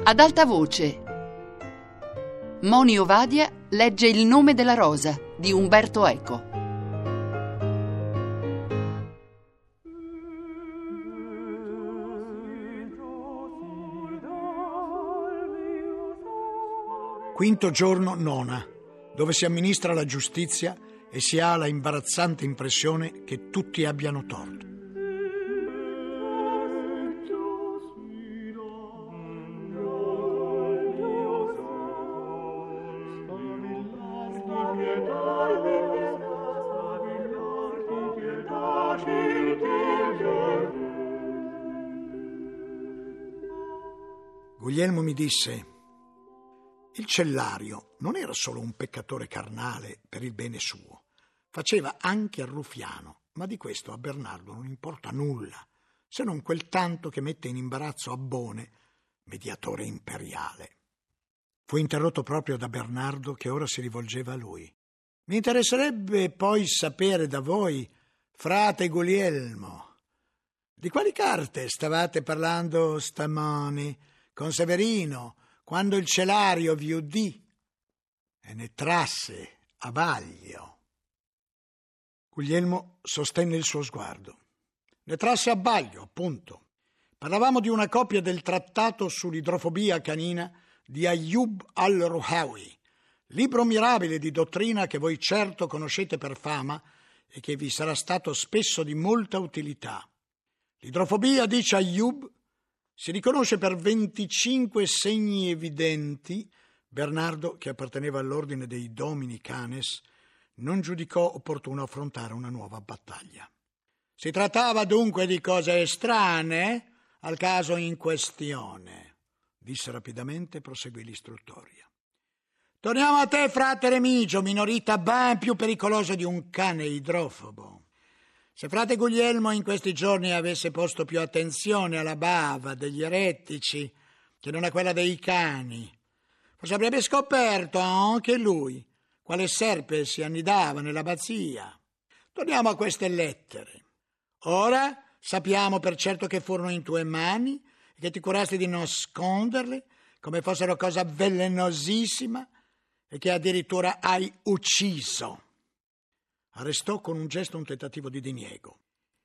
Ad alta voce, Moni Ovadia legge Il nome della rosa di Umberto Eco. Quinto giorno, nona, dove si amministra la giustizia e si ha la imbarazzante impressione che tutti abbiano torto. Guglielmo mi disse: il cellario non era solo un peccatore carnale per il bene suo, faceva anche il ruffiano, ma di questo a Bernardo non importa nulla, se non quel tanto che mette in imbarazzo Abbone, mediatore imperiale. Fu interrotto proprio da Bernardo, che ora si rivolgeva a lui. Mi interesserebbe poi sapere da voi, frate Guglielmo, di quali carte stavate parlando stamani con Severino, quando il celario vi udì e ne trasse a vaglio. Guglielmo sostenne il suo sguardo. Ne trasse a vaglio, appunto. Parlavamo di una copia del trattato sull'idrofobia canina di Ayyub al-Ruhawi, libro mirabile di dottrina che voi certo conoscete per fama e che vi sarà stato spesso di molta utilità. L'idrofobia, dice Ayyub, si riconosce per 25 segni evidenti. Bernardo, che apparteneva all'ordine dei Domini Canes, non giudicò opportuno affrontare una nuova battaglia. Si trattava dunque di cose estranee al caso in questione, disse rapidamente e proseguì l'istruttoria. Torniamo a te, frate Remigio, minorita ben più pericolosa di un cane idrofobo. Se frate Guglielmo in questi giorni avesse posto più attenzione alla bava degli eretici che non a quella dei cani, forse avrebbe scoperto anche lui quale serpe si annidava nell'abbazia. Torniamo a queste lettere. Ora sappiamo per certo che furono in tue mani e che ti curasti di nasconderle come fossero cosa velenosissima e che addirittura hai ucciso. Arrestò con un gesto un tentativo di diniego.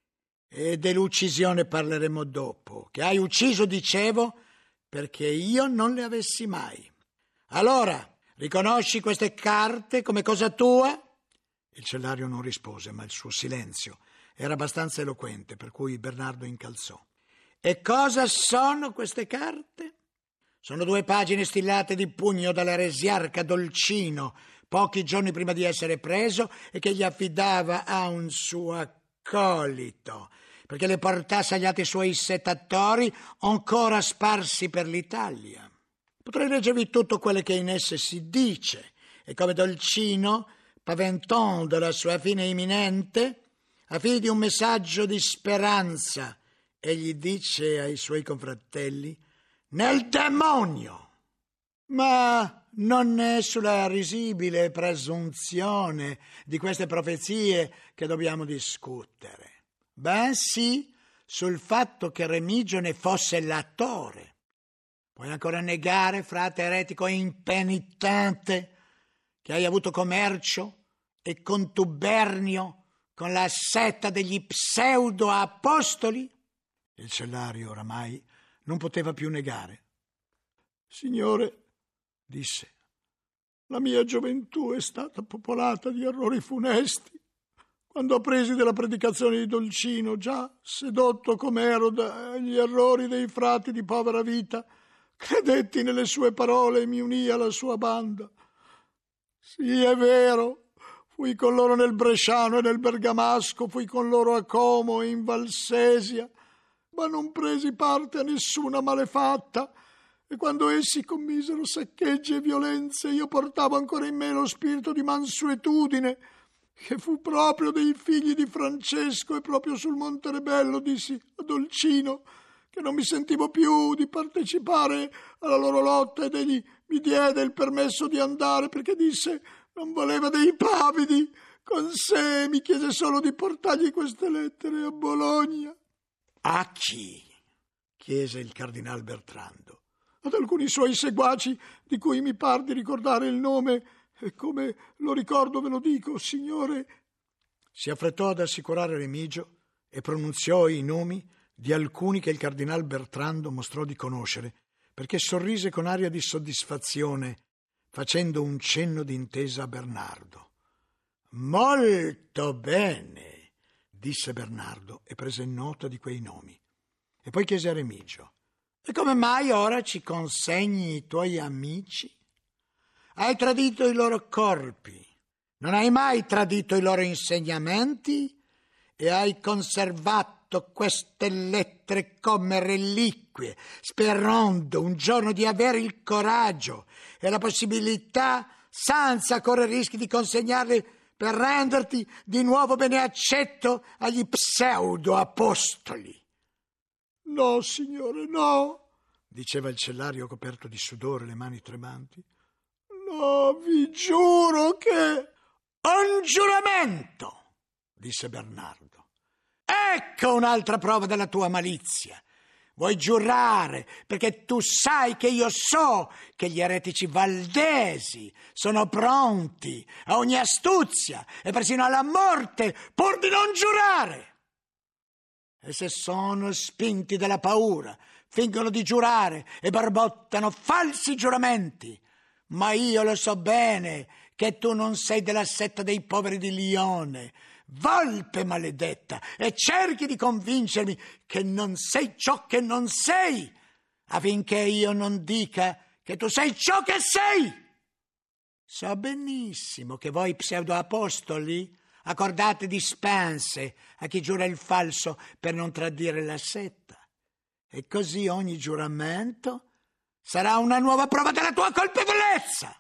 E dell'uccisione parleremo dopo. Che hai ucciso, dicevo, perché io non le avessi mai. Allora, riconosci queste carte come cosa tua? Il cellario non rispose, ma il suo silenzio era abbastanza eloquente, per cui Bernardo incalzò. E cosa sono queste carte? Sono 2 pagine stillate di pugno dall'eresiarca Dolcino, pochi giorni prima di essere preso, e che gli affidava a un suo accolito, perché le portasse agli altri suoi settatori ancora sparsi per l'Italia. Potrei leggervi tutto quello che in esse si dice, e come Dolcino, paventando la sua fine imminente, affidi un messaggio di speranza, egli dice ai suoi confratelli: nel demonio! Ma non è sulla risibile presunzione di queste profezie che dobbiamo discutere, bensì sul fatto che Remigio ne fosse l'attore. Puoi ancora negare, frate eretico impenitente, che hai avuto commercio e contubernio con la setta degli pseudo-apostoli? Il cellario oramai non poteva più negare. Signore, disse, la mia gioventù è stata popolata di errori funesti. Quando appresi della predicazione di Dolcino, già sedotto com'ero dagli errori dei frati di povera vita, credetti nelle sue parole e mi unii alla sua banda. Sì, è vero, fui con loro nel Bresciano e nel Bergamasco, fui con loro a Como e in Valsesia, ma non presi parte a nessuna malefatta. E quando essi commisero saccheggi e violenze, io portavo ancora in me lo spirito di mansuetudine, che fu proprio dei figli di Francesco, e proprio sul Monte Rebello dissi a Dolcino che non mi sentivo più di partecipare alla loro lotta, ed egli mi diede il permesso di andare, perché disse non voleva dei pavidi con sé, mi chiese solo di portargli queste lettere a Bologna. A chi? Chiese il cardinal Bertrando. ad alcuni suoi seguaci, di cui mi par di ricordare il nome, e come lo ricordo ve lo dico, signore. Si affrettò ad assicurare Remigio e pronunziò i nomi di alcuni che il cardinal Bertrando mostrò di conoscere, perché sorrise con aria di soddisfazione, facendo un cenno d'intesa a Bernardo. «Molto bene», disse Bernardo e prese nota di quei nomi. E poi chiese a Remigio: «E come mai ora ci consegni i tuoi amici? Hai tradito i loro corpi, non hai mai tradito i loro insegnamenti e hai conservato queste lettere come reliquie, sperando un giorno di avere il coraggio e la possibilità, senza correre rischi, di consegnarle per renderti di nuovo beneaccetto agli pseudo-apostoli». «No, signore, no», diceva il cellario coperto di sudore, le mani tremanti. «No, vi giuro che...» «Un giuramento», disse Bernardo. «Ecco un'altra prova della tua malizia. Vuoi giurare perché tu sai che io so che gli eretici valdesi sono pronti a ogni astuzia e persino alla morte pur di non giurare. E se sono spinti dalla paura, fingono di giurare e barbottano falsi giuramenti. Ma io lo so bene che tu non sei della setta dei poveri di Lione, volpe maledetta, e cerchi di convincermi che non sei ciò che non sei, affinché io non dica che tu sei ciò che sei. So benissimo che voi pseudo-apostoli accordate dispense a chi giura il falso per non tradire la setta, e così ogni giuramento sarà una nuova prova della tua colpevolezza.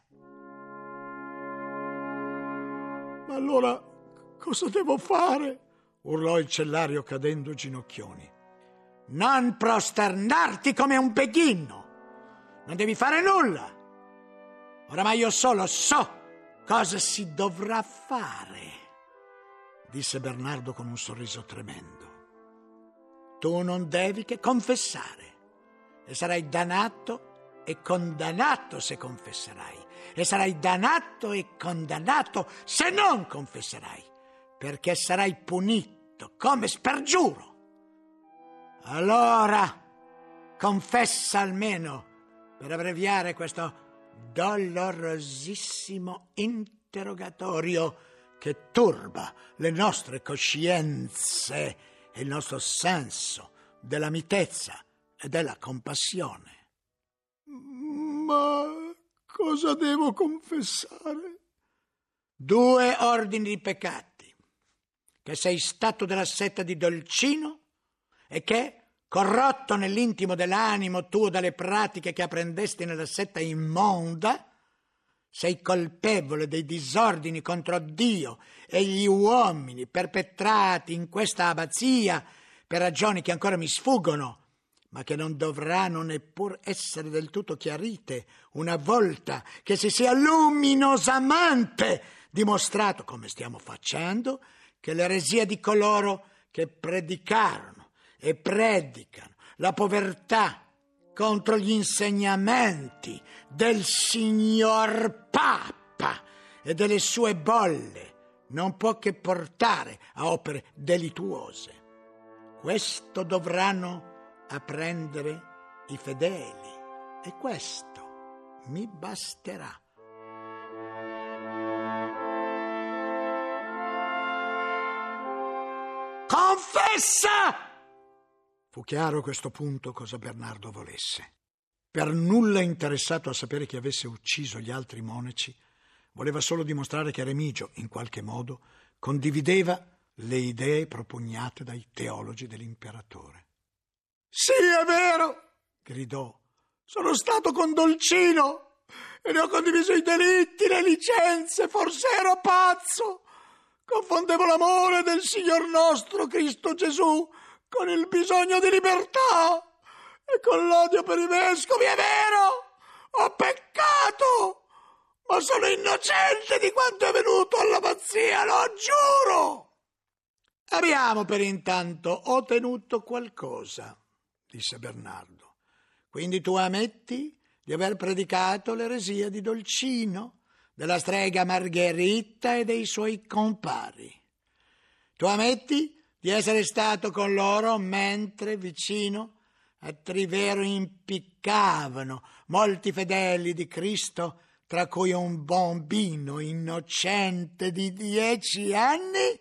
«Ma allora cosa devo fare?» urlò il cellario cadendo ginocchioni. «Non prosternarti come un beghino. Non devi fare nulla. Oramai io solo so cosa si dovrà fare», disse Bernardo con un sorriso tremendo. «Tu non devi che confessare, e sarai dannato e condannato se confesserai, e sarai dannato e condannato se non confesserai, perché sarai punito come spergiuro. Allora confessa almeno, per abbreviare questo dolorosissimo interrogatorio che turba le nostre coscienze e il nostro senso della mitezza e della compassione». «Ma cosa devo confessare?» «2 ordini di peccati: che sei stato della setta di Dolcino e che, corrotto nell'intimo dell'animo tuo dalle pratiche che apprendesti nella setta immonda, sei colpevole dei disordini contro Dio e gli uomini perpetrati in questa abbazia per ragioni che ancora mi sfuggono, ma che non dovranno neppur essere del tutto chiarite una volta che si sia luminosamente dimostrato, come stiamo facendo, che l'eresia di coloro che predicarono e predicano la povertà contro gli insegnamenti del signor Papa e delle sue bolle non può che portare a opere delittuose. Questo dovranno apprendere i fedeli, e questo mi basterà. Confessa! Fu chiaro a questo punto cosa Bernardo volesse. Per nulla interessato a sapere chi avesse ucciso gli altri monaci, voleva solo dimostrare che Remigio, in qualche modo, condivideva le idee propugnate dai teologi dell'imperatore. «Sì, è vero!» gridò. «Sono stato con Dolcino e ne ho condiviso i delitti, le licenze. Forse ero pazzo. Confondevo l'amore del Signor nostro Cristo Gesù con il bisogno di libertà e con l'odio per i vescovi. È vero, ho peccato, ma sono innocente di quanto è venuto all'abbazia, lo giuro!» «Abbiamo per intanto ottenuto qualcosa», disse Bernardo. «Quindi tu ammetti di aver predicato l'eresia di Dolcino, della strega Margherita e dei suoi compari. Tu ammetti di essere stato con loro mentre vicino a Trivero impiccavano molti fedeli di Cristo, tra cui un bambino innocente di 10 anni?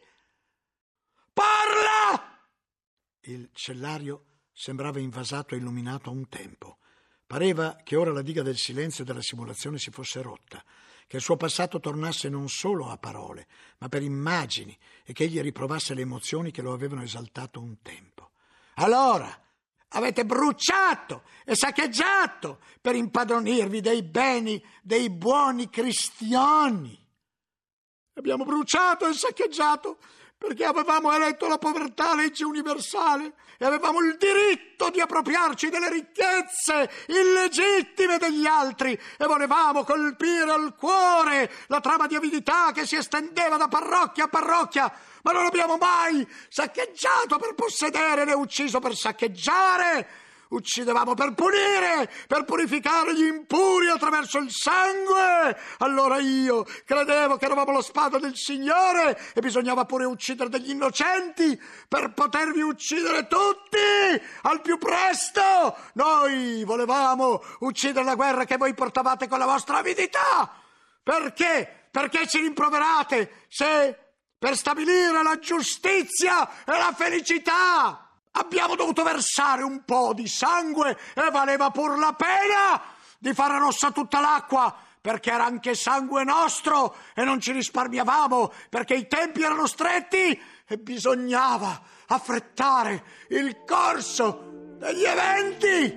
Parla! Il cellario sembrava invasato e illuminato a un tempo. Pareva che ora la diga del silenzio e della simulazione si fosse rotta, che il suo passato tornasse non solo a parole, ma per immagini, e che egli riprovasse le emozioni che lo avevano esaltato un tempo. Allora, avete bruciato e saccheggiato per impadronirvi dei beni dei buoni cristiani. Abbiamo bruciato e saccheggiato perché avevamo eletto la povertà legge universale e avevamo il diritto di appropriarci delle ricchezze illegittime degli altri e volevamo colpire al cuore la trama di avidità che si estendeva da parrocchia a parrocchia, ma non abbiamo mai saccheggiato per possedere né ucciso per saccheggiare. Uccidevamo per punire, per purificare gli impuri attraverso il sangue. Allora io credevo che eravamo la spada del Signore e bisognava pure uccidere degli innocenti per potervi uccidere tutti al più presto. Noi volevamo uccidere la guerra che voi portavate con la vostra avidità. Perché? Perché ci rimproverate se per stabilire la giustizia e la felicità abbiamo dovuto versare un po' di sangue e valeva pur la pena di fare rossa tutta l'acqua, perché era anche sangue nostro e non ci risparmiavamo perché i tempi erano stretti e bisognava affrettare il corso degli eventi.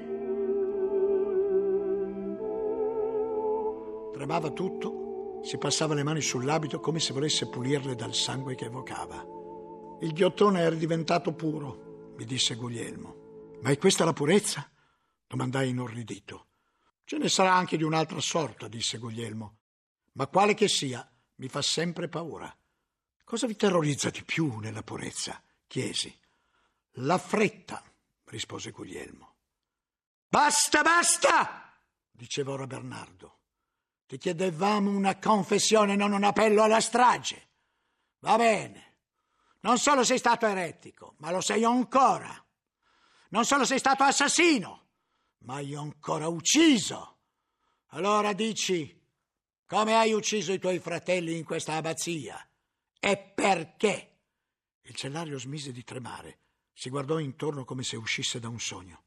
Tremava tutto, si passava le mani sull'abito come se volesse pulirle dal sangue che evocava. Il ghiottone era diventato puro, mi disse Guglielmo. Ma è questa la purezza? Domandai inorridito. Ce ne sarà anche di un'altra sorta, disse Guglielmo. Ma quale che sia, mi fa sempre paura. Cosa vi terrorizza di più nella purezza? Chiesi. La fretta, rispose Guglielmo. Basta, basta, diceva ora Bernardo. Ti chiedevamo una confessione, non un appello alla strage. Va bene. Non solo sei stato eretico, ma lo sei ancora. Non solo sei stato assassino, ma hai ancora ucciso. Allora dici, come hai ucciso i tuoi fratelli in questa abbazia? E perché? Il cellario smise di tremare, si guardò intorno come se uscisse da un sogno.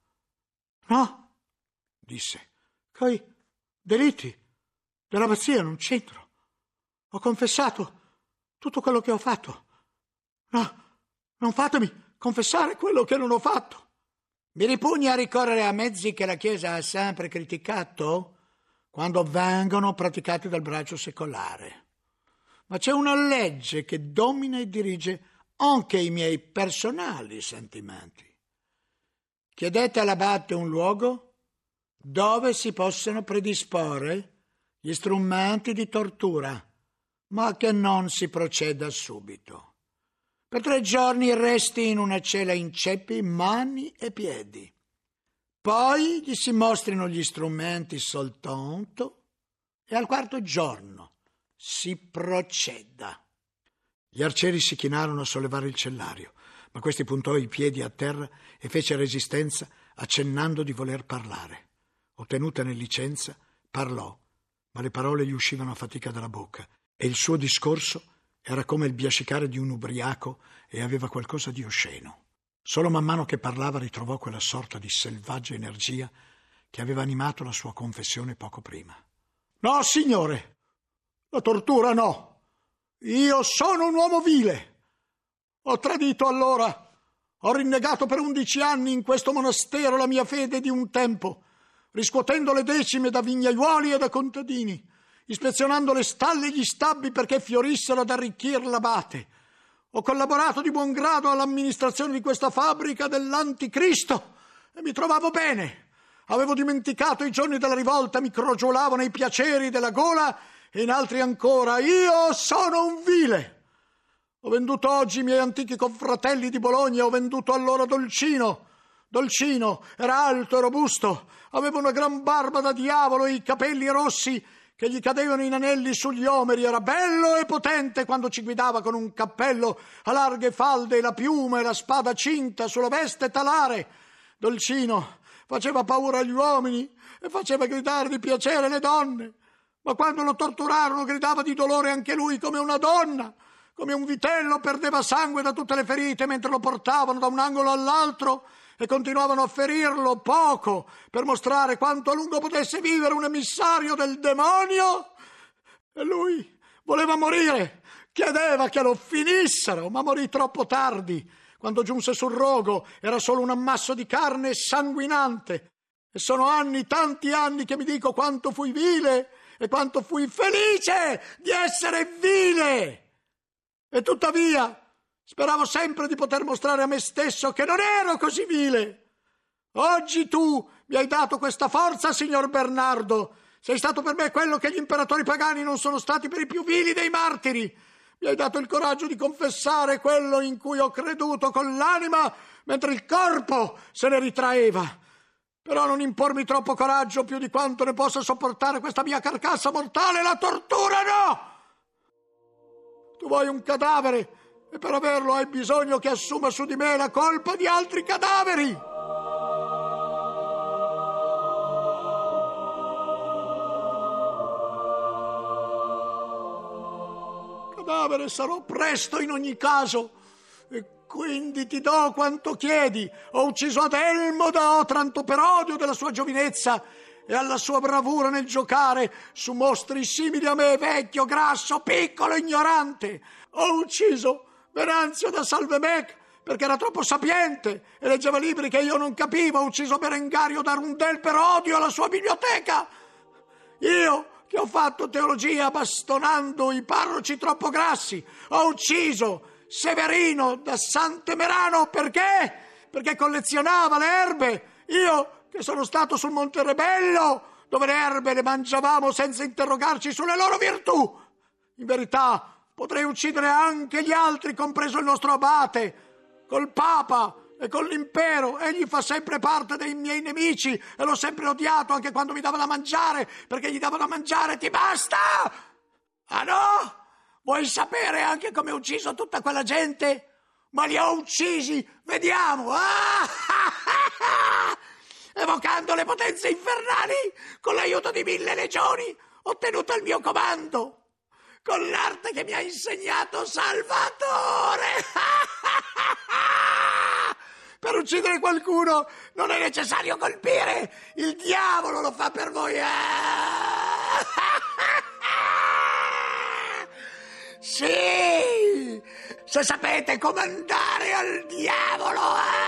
No, disse, coi delitti dell'abbazia non c'entro. Ho confessato tutto quello che ho fatto. No, non fatemi confessare quello che non ho fatto. Mi ripugna a ricorrere a mezzi che la Chiesa ha sempre criticato quando vengono praticati dal braccio secolare. Ma c'è una legge che domina e dirige anche i miei personali sentimenti. Chiedete all'abate un luogo dove si possano predisporre gli strumenti di tortura, ma che non si proceda subito. Per 3 giorni resti in una cella in ceppi, mani e piedi. Poi gli si mostrino gli strumenti soltanto e al 4º giorno si proceda. Gli arcieri si chinarono a sollevare il cellario, ma questi puntò i piedi a terra e fece resistenza accennando di voler parlare. Ottenutane licenza, parlò, ma le parole gli uscivano a fatica dalla bocca e il suo discorso era come il biascicare di un ubriaco e aveva qualcosa di osceno. Solo man mano che parlava ritrovò quella sorta di selvaggia energia che aveva animato la sua confessione poco prima. No, signore, la tortura no. Io sono un uomo vile. Ho tradito allora, ho rinnegato per 11 anni in questo monastero la mia fede di un tempo, riscuotendo le decime da vignaiuoli e da contadini, ispezionando le stalle e gli stabbi perché fiorissero ad arricchir l'abate. Ho collaborato di buon grado all'amministrazione di questa fabbrica dell'anticristo e mi trovavo bene. Avevo dimenticato i giorni della rivolta, mi crogiolavo nei piaceri della gola e in altri ancora. Io sono un vile. Ho venduto oggi i miei antichi confratelli di Bologna, ho venduto allora Dolcino. Dolcino era alto e robusto, aveva una gran barba da diavolo e i capelli rossi che gli cadevano in anelli sugli omeri. Era bello e potente quando ci guidava con un cappello a larghe falde e la piuma e la spada cinta sulla veste talare. Dolcino faceva paura agli uomini e faceva gridare di piacere le donne, ma quando lo torturarono gridava di dolore anche lui come una donna. Come un vitello perdeva sangue da tutte le ferite mentre lo portavano da un angolo all'altro e continuavano a ferirlo poco per mostrare quanto a lungo potesse vivere un emissario del demonio. E lui voleva morire, chiedeva che lo finissero, ma morì troppo tardi. Quando giunse sul rogo era solo un ammasso di carne sanguinante. E sono anni, tanti anni, che mi dico quanto fui vile e quanto fui felice di essere vile. E tuttavia speravo sempre di poter mostrare a me stesso che non ero così vile. Oggi tu mi hai dato questa forza, signor Bernardo. Sei stato per me quello che gli imperatori pagani non sono stati per i più vili dei martiri. Mi hai dato il coraggio di confessare quello in cui ho creduto con l'anima, mentre il corpo se ne ritraeva. Però non impormi troppo coraggio più di quanto ne possa sopportare questa mia carcassa mortale. La tortura no! Tu vuoi un cadavere e per averlo hai bisogno che assuma su di me la colpa di altri cadaveri. Cadavere sarò presto in ogni caso, e quindi ti do quanto chiedi. Ho ucciso Adelmo da Otranto per odio della sua giovinezza e alla sua bravura nel giocare su mostri simili a me, vecchio, grasso, piccolo, ignorante. Ho ucciso Venanzio da Salvemec perché era troppo sapiente e leggeva libri che io non capivo. Ho ucciso Berengario da Rundel per odio alla sua biblioteca. Io, che ho fatto teologia bastonando i parroci troppo grassi, ho ucciso Severino da Sant'Emerano perché collezionava le erbe. Io, che sono stato sul Monte Rebello, dove le erbe le mangiavamo senza interrogarci sulle loro virtù. In verità, potrei uccidere anche gli altri, compreso il nostro abate, col Papa e con l'impero. Egli fa sempre parte dei miei nemici e l'ho sempre odiato anche quando mi dava da mangiare, perché gli davo da mangiare. Ti basta? Ah no? Vuoi sapere anche come ho ucciso tutta quella gente? Ma li ho uccisi, vediamo. Evocando le potenze infernali, con l'aiuto di 1000 legioni, ottenuto al mio comando, con l'arte che mi ha insegnato Salvatore. Per uccidere qualcuno non è necessario colpire, il diavolo lo fa per voi. Sì, se sapete comandare al diavolo.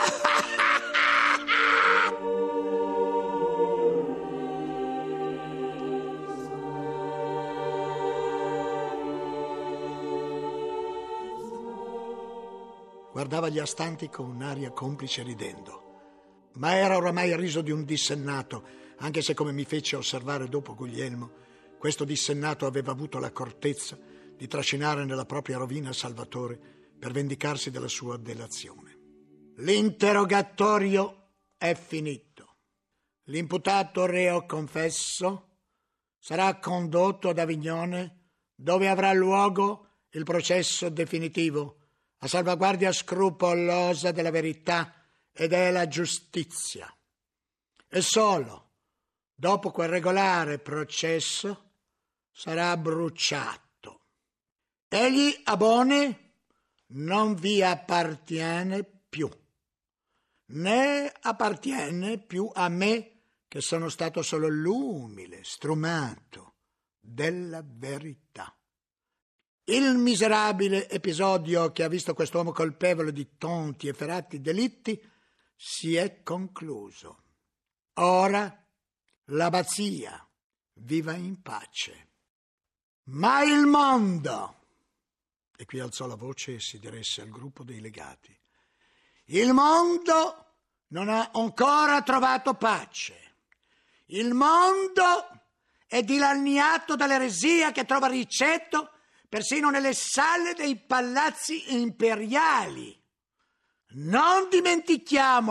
Guardava gli astanti con un'aria complice ridendo, ma era oramai il riso di un dissennato, anche se, come mi fece osservare dopo Guglielmo, questo dissennato aveva avuto l'accortezza di trascinare nella propria rovina Salvatore per vendicarsi della sua delazione. L'interrogatorio è finito. L'imputato reo confesso sarà condotto ad Avignone, dove avrà luogo il processo definitivo, a salvaguardia scrupolosa della verità e della giustizia. E solo dopo quel regolare processo sarà bruciato. Egli, Abone, non vi appartiene più, né appartiene più a me, che sono stato solo l'umile strumento della verità. Il miserabile episodio che ha visto quest'uomo colpevole di tonti e ferati delitti si è concluso. Ora l'abbazia viva in pace. Ma il mondo, e qui alzò la voce e si diresse al gruppo dei legati, il mondo non ha ancora trovato pace. Il mondo è dilaniato dall'eresia che trova ricesso persino nelle sale dei palazzi imperiali. Non dimentichiamolo,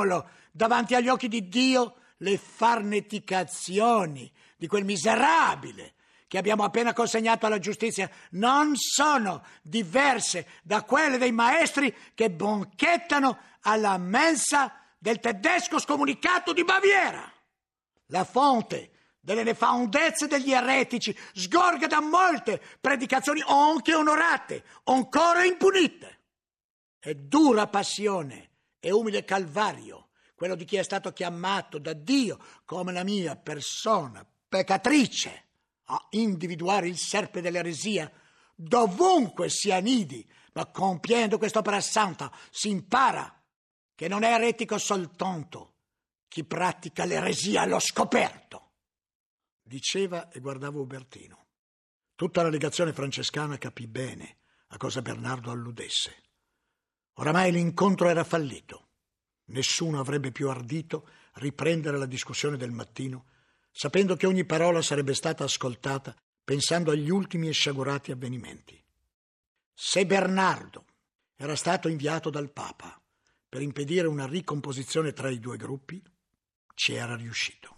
davanti agli occhi di Dio le farneticazioni di quel miserabile che abbiamo appena consegnato alla giustizia non sono diverse da quelle dei maestri che banchettano alla mensa del tedesco scomunicato di Baviera. La fonte delle nefandezze degli eretici sgorga da molte predicazioni anche onorate, ancora impunite. È dura passione e umile calvario quello di chi è stato chiamato da Dio come la mia persona peccatrice a individuare il serpe dell'eresia dovunque si annidi, ma compiendo quest'opera santa si impara che non è eretico soltanto chi pratica l'eresia allo scoperto. Diceva e guardava Ubertino. Tutta la legazione francescana capì bene a cosa Bernardo alludesse. Oramai l'incontro era fallito. Nessuno avrebbe più ardito riprendere la discussione del mattino, sapendo che ogni parola sarebbe stata ascoltata pensando agli ultimi e sciagurati avvenimenti. Se Bernardo era stato inviato dal Papa per impedire una ricomposizione tra i due gruppi, ci era riuscito.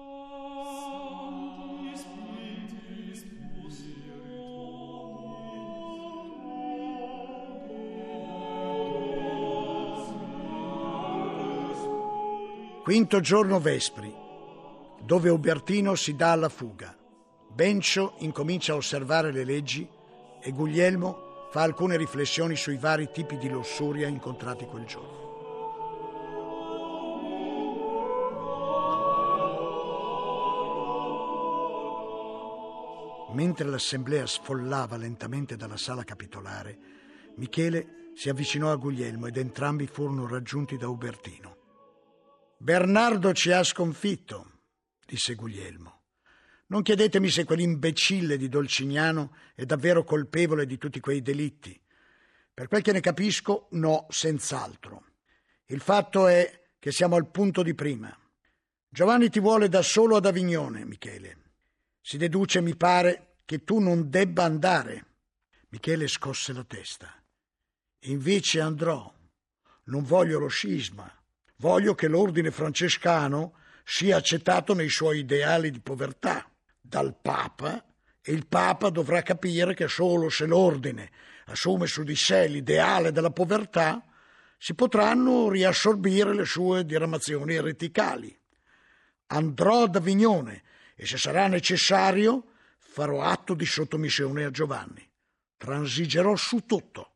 Quinto giorno vespri, dove Ubertino si dà alla fuga. Bencio incomincia a osservare le leggi e Guglielmo fa alcune riflessioni sui vari tipi di lussuria incontrati quel giorno. Mentre l'assemblea sfollava lentamente dalla sala capitolare, Michele si avvicinò a Guglielmo ed entrambi furono raggiunti da Ubertino. «Bernardo ci ha sconfitto», disse Guglielmo. «Non chiedetemi se quell'imbecille di Dolcignano è davvero colpevole di tutti quei delitti. Per quel che ne capisco, no, senz'altro. Il fatto è che siamo al punto di prima. Giovanni ti vuole da solo ad Avignone, Michele. Si deduce, mi pare, che tu non debba andare». Michele scosse la testa. «Invece andrò. Non voglio lo scisma. Voglio che l'ordine francescano sia accettato nei suoi ideali di povertà dal Papa, e il Papa dovrà capire che solo se l'ordine assume su di sé l'ideale della povertà si potranno riassorbire le sue diramazioni ereticali. Andrò ad Avignone e, se sarà necessario, farò atto di sottomissione a Giovanni. Transigerò su tutto,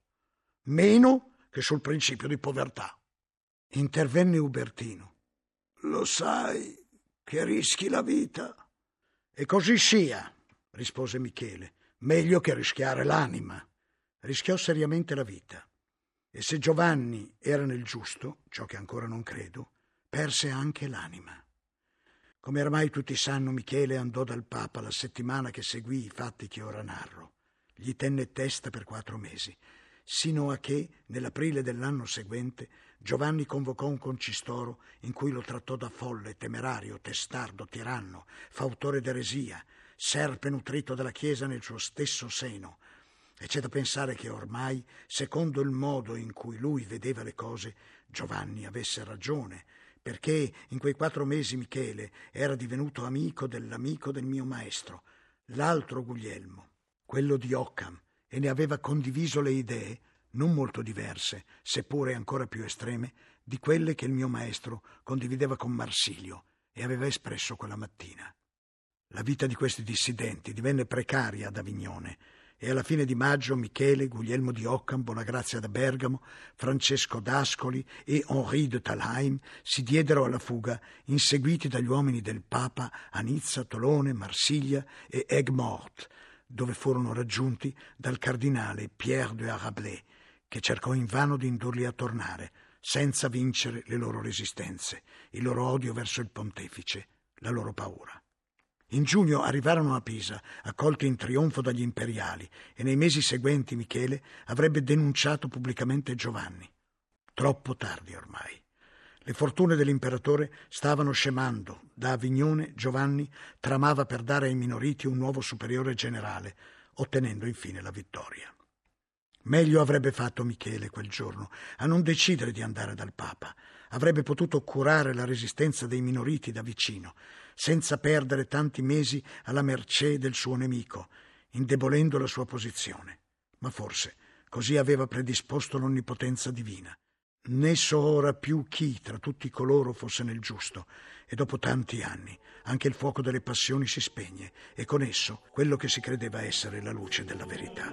meno che sul principio di povertà». Intervenne Ubertino. «Lo sai che rischi la vita?» «E così sia», rispose Michele. «Meglio che rischiare l'anima». Rischiò seriamente la vita. E se Giovanni era nel giusto, ciò che ancora non credo, perse anche l'anima. Come ormai tutti sanno, Michele andò dal Papa la settimana che seguì i fatti che ora narro. Gli tenne testa per 4 mesi, sino a che, nell'aprile dell'anno seguente, Giovanni convocò un concistoro in cui lo trattò da folle, temerario, testardo, tiranno, fautore d'eresia, serpe nutrito dalla Chiesa nel suo stesso seno. E c'è da pensare che ormai, secondo il modo in cui lui vedeva le cose, Giovanni avesse ragione, perché in quei 4 mesi Michele era divenuto amico dell'amico del mio maestro, l'altro Guglielmo, quello di Occam, e ne aveva condiviso le idee, non molto diverse, seppure ancora più estreme, di quelle che il mio maestro condivideva con Marsilio e aveva espresso quella mattina. La vita di questi dissidenti divenne precaria ad Avignone e alla fine di maggio Michele, Guglielmo di Occam, Bonagrazia da Bergamo, Francesco d'Ascoli e Henri de Thalheim si diedero alla fuga, inseguiti dagli uomini del Papa a Nizza, Tolone, Marsiglia e Aigues-Mortes, dove furono raggiunti dal cardinale Pierre de Arablais, che cercò invano di indurli a tornare, senza vincere le loro resistenze, il loro odio verso il pontefice, la loro paura. In giugno arrivarono a Pisa, accolti in trionfo dagli imperiali, e nei mesi seguenti Michele avrebbe denunciato pubblicamente Giovanni. Troppo tardi ormai. Le fortune dell'imperatore stavano scemando. Da Avignone Giovanni tramava per dare ai minoriti un nuovo superiore generale, ottenendo infine la vittoria. Meglio avrebbe fatto Michele quel giorno a non decidere di andare dal Papa. Avrebbe potuto curare la resistenza dei minoriti da vicino, senza perdere tanti mesi alla mercé del suo nemico, indebolendo la sua posizione. Ma forse così aveva predisposto l'onnipotenza divina. Né so ora più chi tra tutti coloro fosse nel giusto, e dopo tanti anni anche il fuoco delle passioni si spegne, e con esso quello che si credeva essere la luce della verità.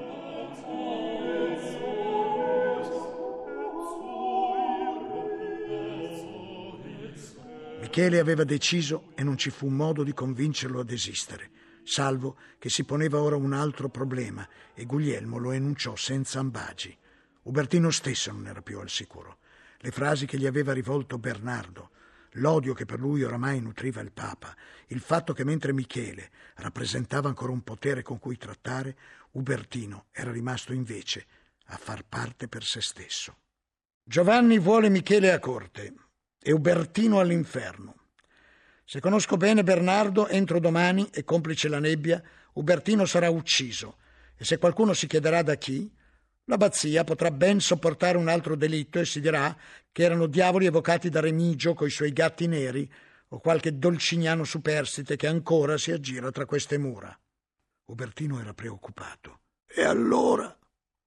Michele aveva deciso e non ci fu modo di convincerlo a desistere, salvo che si poneva ora un altro problema e Guglielmo lo enunciò senza ambagi. Ubertino stesso non era più al sicuro. Le frasi che gli aveva rivolto Bernardo, l'odio che per lui oramai nutriva il Papa, il fatto che mentre Michele rappresentava ancora un potere con cui trattare, Ubertino era rimasto invece a far parte per se stesso. Giovanni vuole Michele a corte e Ubertino all'inferno. Se conosco bene Bernardo, entro domani, e complice la nebbia, Ubertino sarà ucciso, e se qualcuno si chiederà da chi, l'abbazia potrà ben sopportare un altro delitto e si dirà che erano diavoli evocati da Remigio coi suoi gatti neri o qualche dolcignano superstite che ancora si aggira tra queste mura. Ubertino era preoccupato. E allora?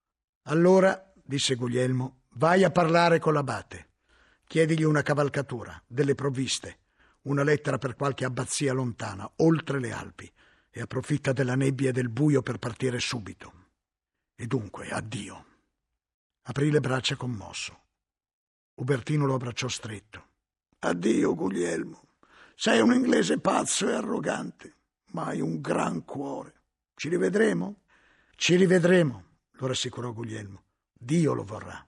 Allora, disse Guglielmo, vai a parlare con l'abate. Chiedigli una cavalcatura, delle provviste, una lettera per qualche abbazia lontana, oltre le Alpi, e approfitta della nebbia e del buio per partire subito. E dunque, addio. Aprì le braccia commosso. Ubertino lo abbracciò stretto. Addio, Guglielmo. Sei un inglese pazzo e arrogante, ma hai un gran cuore. Ci rivedremo? Ci rivedremo, lo rassicurò Guglielmo. Dio lo vorrà.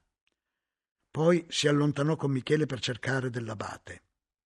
Poi si allontanò con Michele per cercare dell'abate.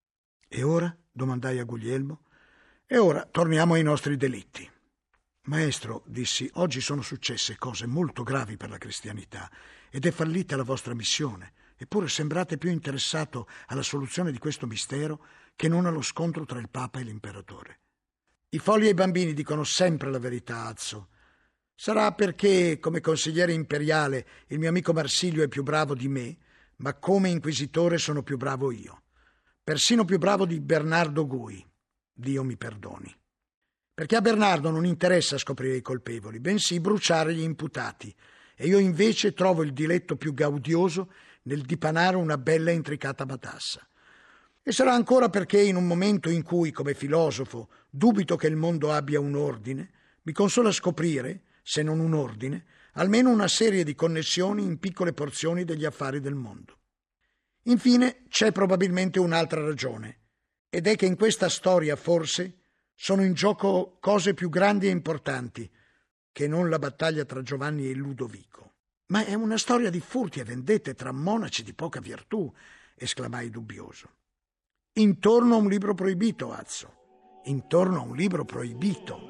E ora? Domandai a Guglielmo. E ora torniamo ai nostri delitti. Maestro, dissi, oggi sono successe cose molto gravi per la cristianità ed è fallita la vostra missione, eppure sembrate più interessato alla soluzione di questo mistero che non allo scontro tra il Papa e l'imperatore. I folli e i bambini dicono sempre la verità, Azzo. Sarà perché, come consigliere imperiale, il mio amico Marsilio è più bravo di me, ma come inquisitore sono più bravo io. Persino più bravo di Bernardo Gui. Dio mi perdoni. Perché a Bernardo non interessa scoprire i colpevoli, bensì bruciare gli imputati, e io invece trovo il diletto più gaudioso nel dipanare una bella e intricata matassa. E sarà ancora perché in un momento in cui, come filosofo, dubito che il mondo abbia un ordine, mi consola scoprire, se non un ordine, almeno una serie di connessioni in piccole porzioni degli affari del mondo. Infine c'è probabilmente un'altra ragione, ed è che in questa storia forse sono in gioco cose più grandi e importanti che non la battaglia tra Giovanni e Ludovico. Ma è una storia di furti e vendette tra monaci di poca virtù, esclamai dubbioso. Intorno a un libro proibito, Azzo. Intorno a un libro proibito.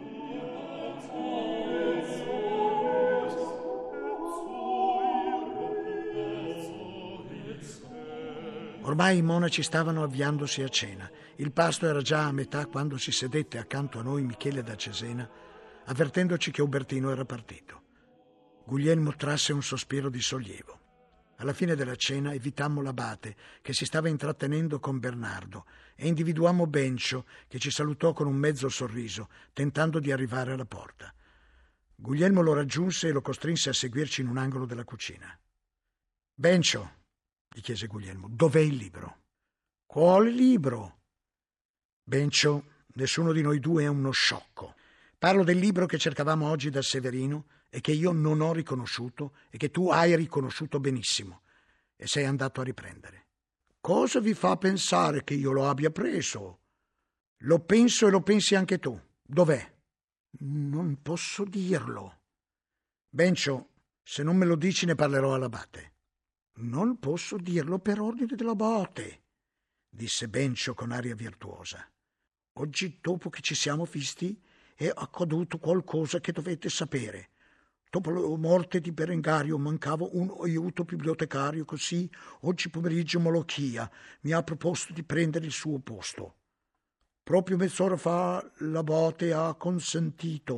Ormai i monaci stavano avviandosi a cena. Il pasto era già a metà quando si sedette accanto a noi Michele da Cesena, avvertendoci che Ubertino era partito. Guglielmo trasse un sospiro di sollievo. Alla fine della cena evitammo l'abate, che si stava intrattenendo con Bernardo, e individuammo Bencio, che ci salutò con un mezzo sorriso, tentando di arrivare alla porta. Guglielmo lo raggiunse e lo costrinse a seguirci in un angolo della cucina. «Bencio», gli chiese Guglielmo, «dov'è il libro?» «Quale libro?» «Bencio, nessuno di noi due è uno sciocco. Parlo del libro che cercavamo oggi da Severino e che io non ho riconosciuto e che tu hai riconosciuto benissimo e sei andato a riprendere. Cosa vi fa pensare che io lo abbia preso?» «Lo penso e lo pensi anche tu. Dov'è?» «Non posso dirlo». «Bencio, se non me lo dici ne parlerò all'abate». «Non posso dirlo per ordine dell'abate», disse Bencio con aria virtuosa. «Oggi, dopo che ci siamo visti, è accaduto qualcosa che dovete sapere. Dopo la morte di Berengario mancava un aiuto bibliotecario, così oggi pomeriggio Molochia mi ha proposto di prendere il suo posto. Proprio mezz'ora fa l'abate ha consentito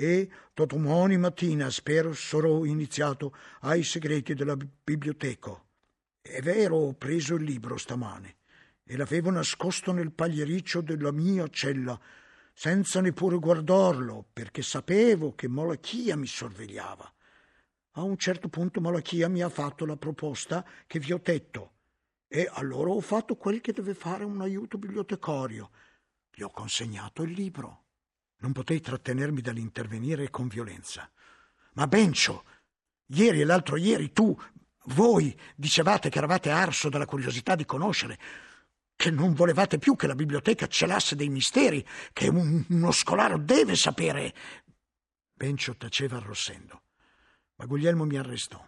e domani mattina spero sarò iniziato ai segreti della biblioteca. È vero, ho preso il libro stamane e l'avevo nascosto nel pagliericcio della mia cella, senza neppure guardarlo, perché sapevo che Malachia mi sorvegliava. A un certo punto Malachia mi ha fatto la proposta che vi ho detto, e allora ho fatto quel che deve fare un aiuto bibliotecario. Gli ho consegnato il libro. Non potei trattenermi dall'intervenire con violenza. Ma Bencio, ieri e l'altro ieri voi dicevate che eravate arso dalla curiosità di conoscere, che non volevate più che la biblioteca celasse dei misteri, che uno scolaro deve sapere. Bencio taceva arrossendo, ma Guglielmo mi arrestò.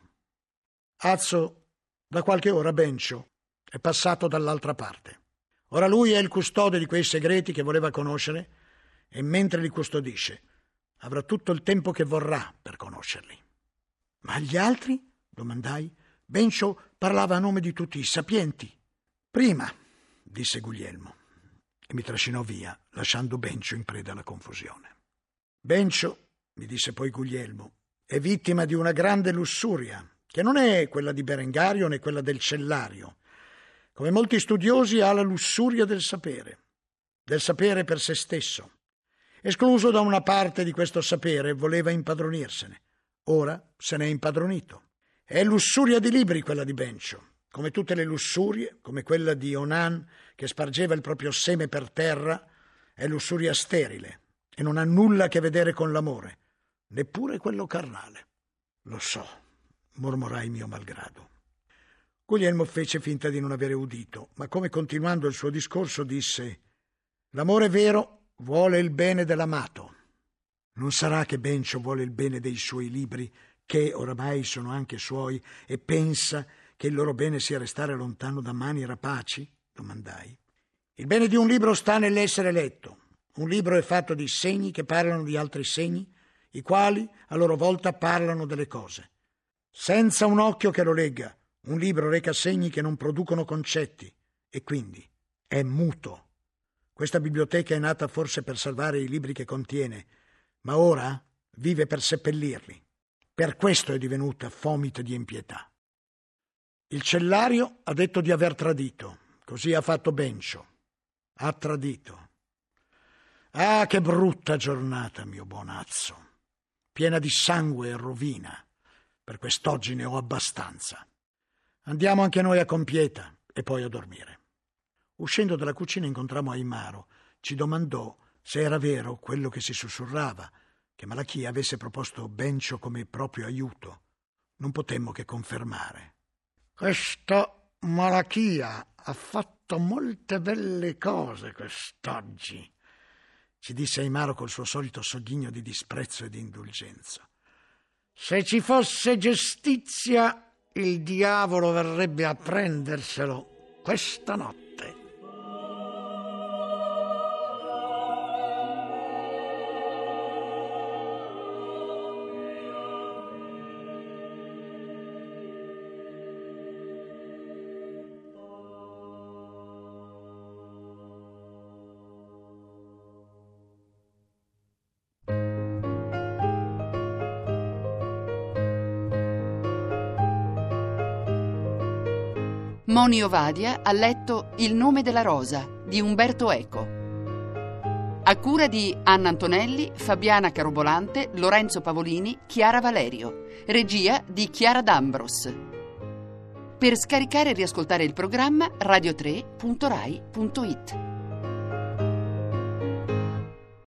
Azzo, da qualche ora Bencio è passato dall'altra parte. Ora lui è il custode di quei segreti che voleva conoscere e mentre li custodisce avrà tutto il tempo che vorrà per conoscerli. Ma gli altri? Domandai. Bencio parlava a nome di tutti i sapienti. Prima, disse Guglielmo, e mi trascinò via, lasciando Bencio in preda alla confusione. Bencio, mi disse poi Guglielmo, è vittima di una grande lussuria, che non è quella di Berengario né quella del Cellario. Come molti studiosi ha la lussuria del sapere per se stesso. Escluso da una parte di questo sapere, voleva impadronirsene. Ora se n'è impadronito. È lussuria di libri quella di Bencio, come tutte le lussurie, come quella di Onan che spargeva il proprio seme per terra, è lussuria sterile e non ha nulla a che vedere con l'amore, neppure quello carnale. Lo so, mormorai mio malgrado. Guglielmo fece finta di non avere udito, ma come continuando il suo discorso disse: l'amore vero vuole il bene dell'amato. Non sarà che Bencio vuole il bene dei suoi libri, che oramai sono anche suoi, e pensa che il loro bene sia restare lontano da mani rapaci? Domandai. Il bene di un libro sta nell'essere letto. Un libro è fatto di segni che parlano di altri segni, i quali a loro volta parlano delle cose. Senza un occhio che lo legga, un libro reca segni che non producono concetti e quindi è muto. Questa biblioteca è nata forse per salvare i libri che contiene, ma ora vive per seppellirli. Per questo è divenuta fomita di impietà. Il Cellario ha detto di aver tradito, così ha fatto Bencio. Ha tradito. Ah, che brutta giornata, mio buon Azzo, piena di sangue e rovina. Per quest'oggi ne ho abbastanza. Andiamo anche noi a compieta e poi a dormire. Uscendo dalla cucina incontrammo Aimaro. Ci domandò se era vero quello che si sussurrava, che Malachia avesse proposto Bencio come proprio aiuto. Non potemmo che confermare. Questa Malachia ha fatto molte belle cose quest'oggi, ci disse Aimaro col suo solito sogghigno di disprezzo e di indulgenza. Se ci fosse giustizia, il diavolo verrebbe a prenderselo questa notte. Moni Ovadia ha letto Il nome della rosa di Umberto Eco. A cura di Anna Antonelli, Fabiana Carobolante, Lorenzo Pavolini, Chiara Valerio. Regia di Chiara D'Ambros. Per scaricare e riascoltare il programma radio3.rai.it.